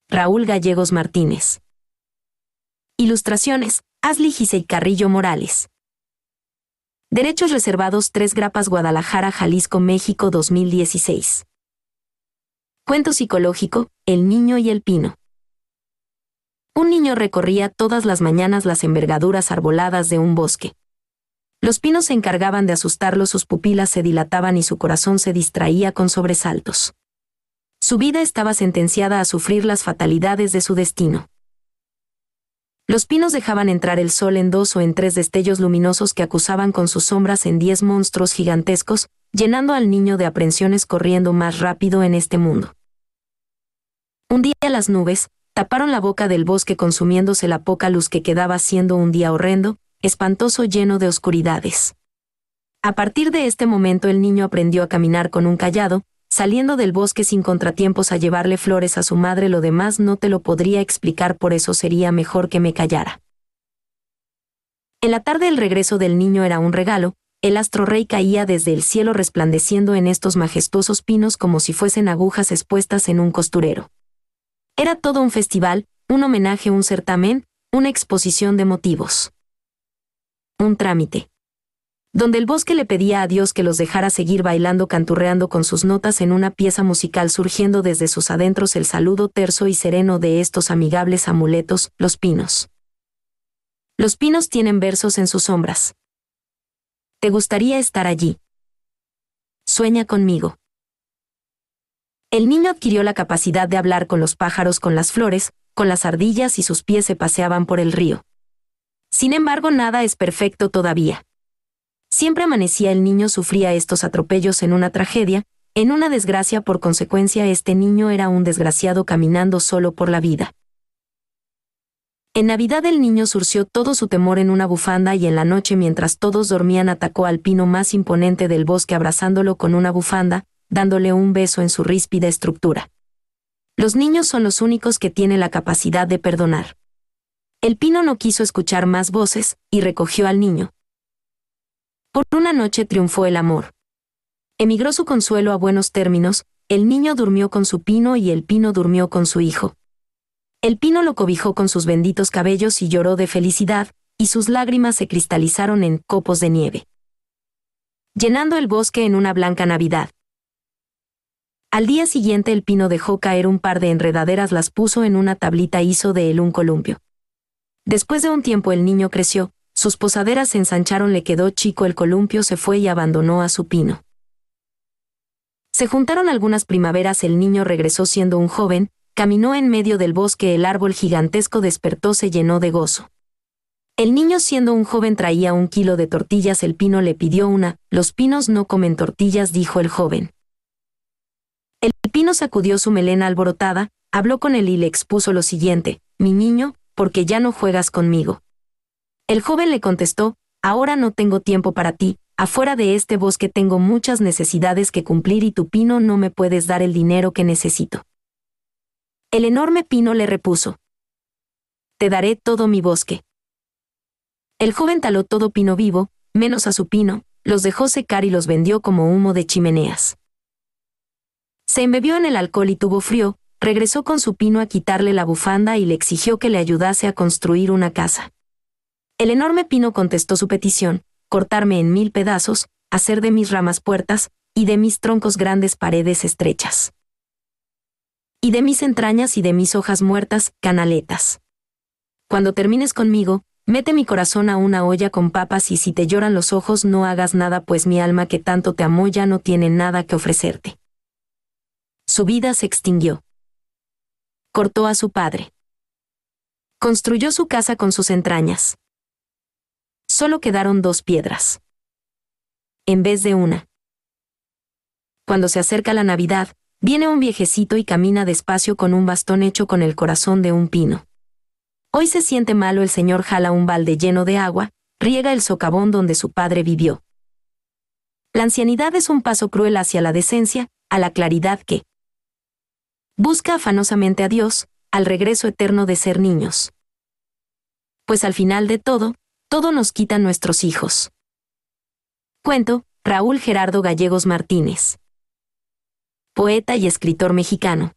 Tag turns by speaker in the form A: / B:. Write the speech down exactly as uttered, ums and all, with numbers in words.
A: Raúl Gallegos Martínez. Ilustraciones, Ashley Gisey Carrillo Morales. Derechos reservados tres Grapas Guadalajara, Jalisco, México dos mil dieciséis. Cuento psicológico, El niño y el pino. Un niño recorría todas las mañanas las envergaduras arboladas de un bosque. Los pinos se encargaban de asustarlo, sus pupilas se dilataban y su corazón se distraía con sobresaltos. Su vida estaba sentenciada a sufrir las fatalidades de su destino. Los pinos dejaban entrar el sol en dos o en tres destellos luminosos que acusaban con sus sombras en diez monstruos gigantescos, llenando al niño de aprensiones corriendo más rápido en este mundo. Un día las nubes taparon la boca del bosque consumiéndose la poca luz que quedaba, siendo un día horrendo, espantoso, lleno de oscuridades. A partir de este momento el niño aprendió a caminar con un cayado, saliendo del bosque sin contratiempos a llevarle flores a su madre. Lo demás no te lo podría explicar, por eso sería mejor que me callara. En la tarde el regreso del niño era un regalo. El astro rey caía desde el cielo resplandeciendo en estos majestuosos pinos como si fuesen agujas expuestas en un costurero. Era todo un festival, un homenaje, un certamen, una exposición de motivos. Un trámite. Donde el bosque le pedía a Dios que los dejara seguir bailando, canturreando con sus notas en una pieza musical, surgiendo desde sus adentros el saludo terso y sereno de estos amigables amuletos, los pinos. Los pinos tienen versos en sus sombras. ¿Te gustaría estar allí? Sueña conmigo. El niño adquirió la capacidad de hablar con los pájaros, con las flores, con las ardillas, y sus pies se paseaban por el río. Sin embargo, nada es perfecto todavía. Siempre amanecía el niño, sufría estos atropellos en una tragedia, en una desgracia. Por consecuencia, este niño era un desgraciado caminando solo por la vida. En Navidad el niño surció todo su temor en una bufanda, y en la noche, mientras todos dormían, atacó al pino más imponente del bosque abrazándolo con una bufanda, dándole un beso en su ríspida estructura. Los niños son los únicos que tienen la capacidad de perdonar. El pino no quiso escuchar más voces, y recogió al niño. Por una noche triunfó el amor. Emigró su consuelo a buenos términos, el niño durmió con su pino y el pino durmió con su hijo. El pino lo cobijó con sus benditos cabellos y lloró de felicidad, y sus lágrimas se cristalizaron en copos de nieve, llenando el bosque en una blanca Navidad. Al día siguiente el pino dejó caer un par de enredaderas, las puso en una tablita, hizo de él un columpio. Después de un tiempo el niño creció, sus posaderas se ensancharon, le quedó chico el columpio, se fue y abandonó a su pino. Se juntaron algunas primaveras, el niño regresó siendo un joven, caminó en medio del bosque, el árbol gigantesco despertó, se llenó de gozo. El niño siendo un joven traía un kilo de tortillas, el pino le pidió una. Los pinos no comen tortillas, dijo el joven. El pino sacudió su melena alborotada, habló con él y le expuso lo siguiente: mi niño, ¿por qué ya no juegas conmigo? El joven le contestó: ahora no tengo tiempo para ti, afuera de este bosque tengo muchas necesidades que cumplir y tu pino no me puedes dar el dinero que necesito. El enorme pino le repuso: te daré todo mi bosque. El joven taló todo pino vivo, menos a su pino, los dejó secar y los vendió como humo de chimeneas. Se embebió en el alcohol y tuvo frío, regresó con su pino a quitarle la bufanda y le exigió que le ayudase a construir una casa. El enorme pino contestó su petición: cortarme en mil pedazos, hacer de mis ramas puertas, y de mis troncos grandes paredes estrechas. Y de mis entrañas y de mis hojas muertas, canaletas. Cuando termines conmigo, mete mi corazón a una olla con papas, y si te lloran los ojos no hagas nada, pues mi alma que tanto te amó ya no tiene nada que ofrecerte. Su vida se extinguió. Cortó a su padre. Construyó su casa con sus entrañas. Solo quedaron dos piedras, en vez de una. Cuando se acerca la Navidad, viene un viejecito y camina despacio con un bastón hecho con el corazón de un pino. Hoy se siente malo, el señor jala un balde lleno de agua, riega el socavón donde su padre vivió. La ancianidad es un paso cruel hacia la decencia, a la claridad que busca afanosamente a Dios, al regreso eterno de ser niños. Pues al final de todo, todo nos quitan nuestros hijos. Cuento, Raúl Gerardo Gallegos Martínez. Poeta y escritor mexicano.